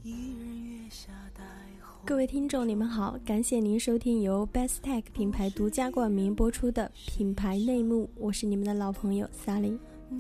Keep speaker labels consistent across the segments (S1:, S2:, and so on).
S1: 各位听众你们好，感谢您收听由 Bestech 品牌独家冠名播出的品牌内幕，我是你们的老朋友萨琳。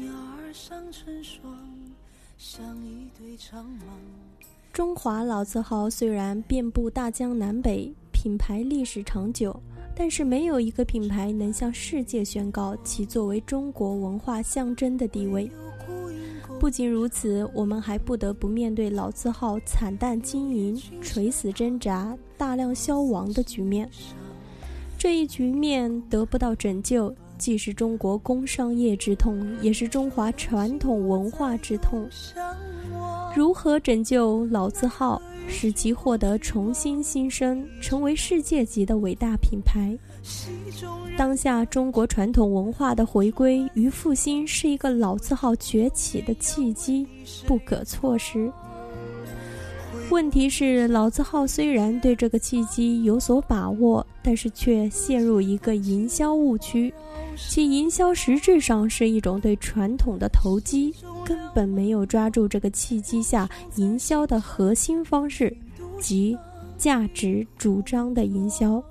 S1: 中华老字号虽然遍布大江南北，品牌历史长久，但是没有一个品牌能向世界宣告其作为中国文化象征的地位。不仅如此，我们还不得不面对老字号惨淡经营、垂死挣扎、大量消亡的局面。这一局面得不到拯救，既是中国工商业之痛，也是中华传统文化之痛。如何拯救老字号，使其获得重新新生，成为世界级的伟大品牌？当下中国传统文化的回归与复兴是一个老字号崛起的契机，不可错失。问题是，老字号虽然对这个契机有所把握，但是却陷入一个营销误区，其营销实质上是一种对传统的投机，根本没有抓住这个契机下营销的核心方式，即价值主张的营销。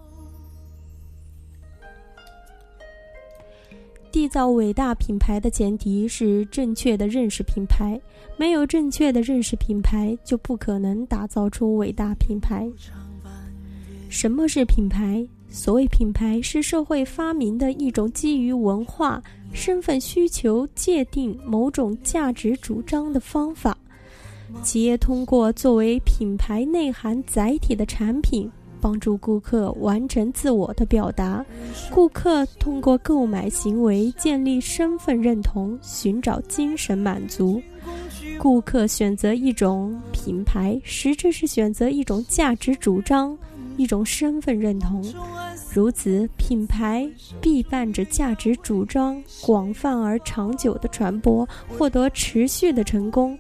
S1: 缔造伟大品牌的前提是正确的认识品牌，没有正确的认识品牌，就不可能打造出伟大品牌。什么是品牌？所谓品牌，是社会发明的一种基于文化、身份需求界定某种价值主张的方法。企业通过作为品牌内涵载体的产品，帮助顾客完成自我的表达，顾客通过购买行为建立身份认同，寻找精神满足。顾客选择一种品牌，实质是选择一种价值主张，一种身份认同。如此，品牌必伴着价值主张广泛而长久的传播，获得持续的成功。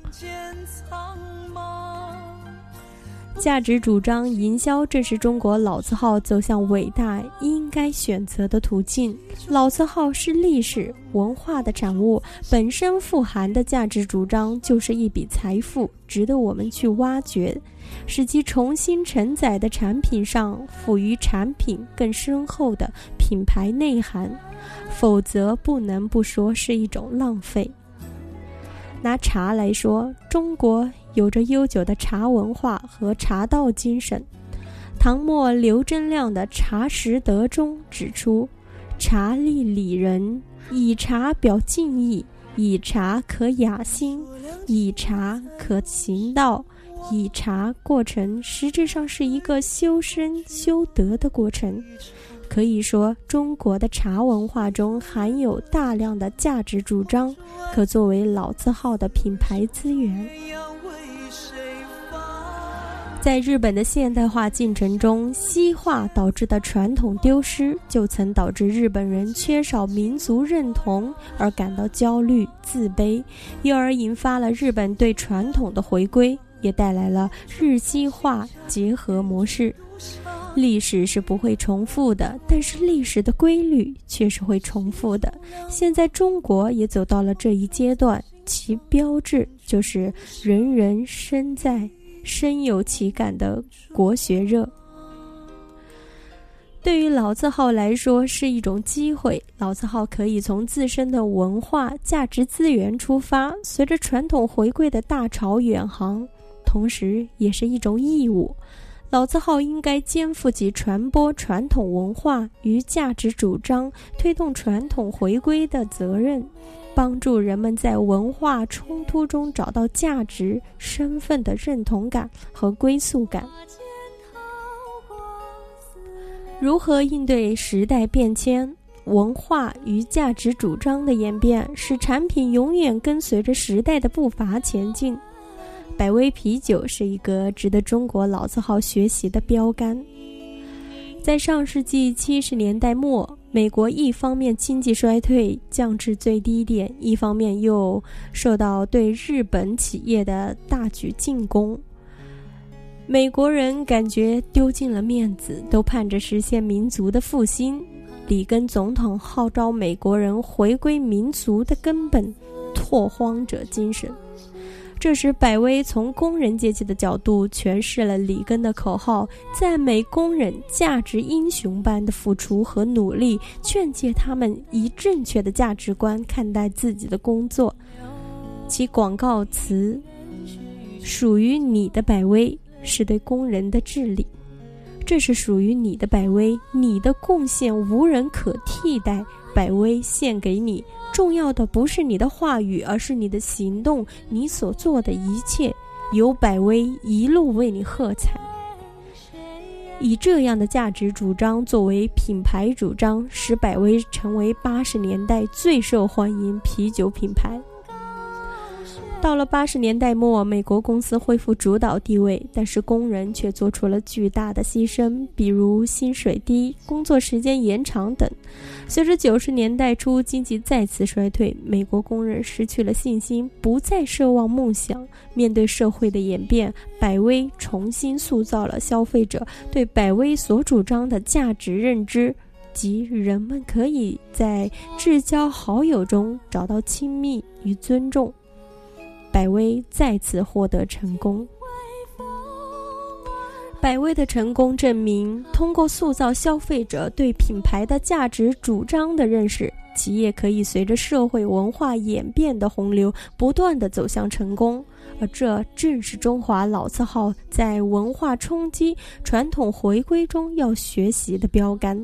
S1: 价值主张营销正是中国老字号走向伟大应该选择的途径。老字号是历史文化的产物，本身富含的价值主张就是一笔财富，值得我们去挖掘，使其重新承载的产品上赋予产品更深厚的品牌内涵，否则不能不说是一种浪费。拿茶来说，中国有着悠久的茶文化和茶道精神。唐末刘真亮的《茶识德》中指出，茶利礼仁，以茶表敬意，以茶可雅心，以茶可行道，以茶过程实质上是一个修身修德的过程。可以说，中国的茶文化中含有大量的价值主张，可作为老字号的品牌资源。在日本的现代化进程中，西化导致的传统丢失，就曾导致日本人缺少民族认同而感到焦虑自卑，由而引发了日本对传统的回归，也带来了日西化结合模式。历史是不会重复的，但是历史的规律却是会重复的。现在中国也走到了这一阶段，其标志就是人人深有其感的国学热。对于老字号来说是一种机会，老字号可以从自身的文化价值资源出发，随着传统回归的大潮远航，同时也是一种义务。老字号应该肩负起传播传统文化与价值主张，推动传统回归的责任，帮助人们在文化冲突中找到价值、身份的认同感和归宿感。如何应对时代变迁？文化与价值主张的演变，使产品永远跟随着时代的步伐前进。百威啤酒是一个值得中国老字号学习的标杆。在上世纪70年代末，美国一方面经济衰退降至最低点，一方面又受到对日本企业的大举进攻。美国人感觉丢尽了面子，都盼着实现民族的复兴。里根总统号召美国人回归民族的根本，拓荒者精神。 这时百威从工人阶级的角度诠释了里根的口号，赞美工人价值英雄般的付出和努力，劝诫他们以正确的价值观看待自己的工作。其广告词属于你的百威是对工人的治理，这是属于你的百威，你的贡献无人可替代，百威献给你，重要的不是你的话语，而是你的行动，你所做的一切，有百威一路为你喝彩。以这样的价值主张作为品牌主张，使百威成为80年代最受欢迎啤酒品牌。到了80年代末，美国公司恢复主导地位，但是工人却做出了巨大的牺牲，比如薪水低、工作时间延长等。随着90年代初经济再次衰退，美国工人失去了信心，不再奢望梦想。面对社会的演变，百威重新塑造了消费者对百威所主张的价值认知，即人们可以在至交好友中找到亲密与尊重。百威再次获得成功。百威的成功证明，通过塑造消费者对品牌的价值主张的认识，企业可以随着社会文化演变的洪流不断地走向成功，而这正是中华老字号在文化冲击、传统回归中要学习的标杆。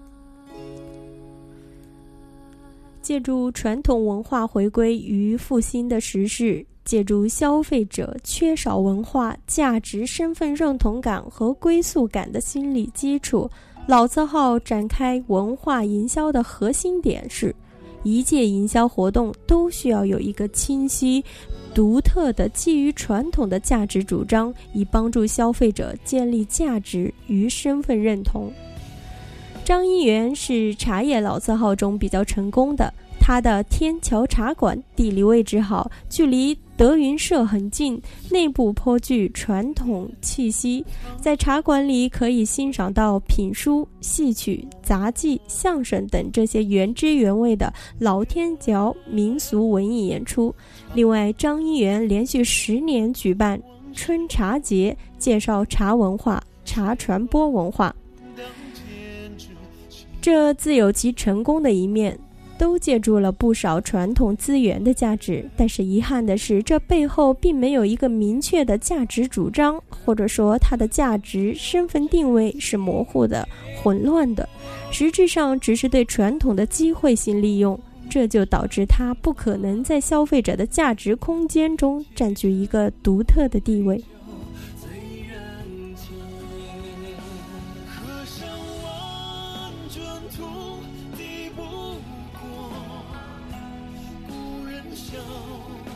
S1: 借助传统文化回归与复兴的时势，借助消费者缺少文化价值、身份认同感和归宿感的心理基础，老字号展开文化营销的核心点是，一切营销活动都需要有一个清晰、独特的基于传统的价值主张，以帮助消费者建立价值与身份认同。张一元是茶叶老字号中比较成功的，他的天桥茶馆地理位置好，距离德云社很近，内部颇具传统气息，在茶馆里可以欣赏到评书、戏曲、杂技、相声等这些原汁原味的老天桥民俗文艺演出。另外，张一元连续10年举办春茶节，介绍茶文化、茶传播文化，这自有其成功的一面，都借助了不少传统资源的价值，但是遗憾的是，这背后并没有一个明确的价值主张，或者说它的价值身份定位是模糊的、混乱的，实质上只是对传统的机会性利用，这就导致它不可能在消费者的价值空间中占据一个独特的地位。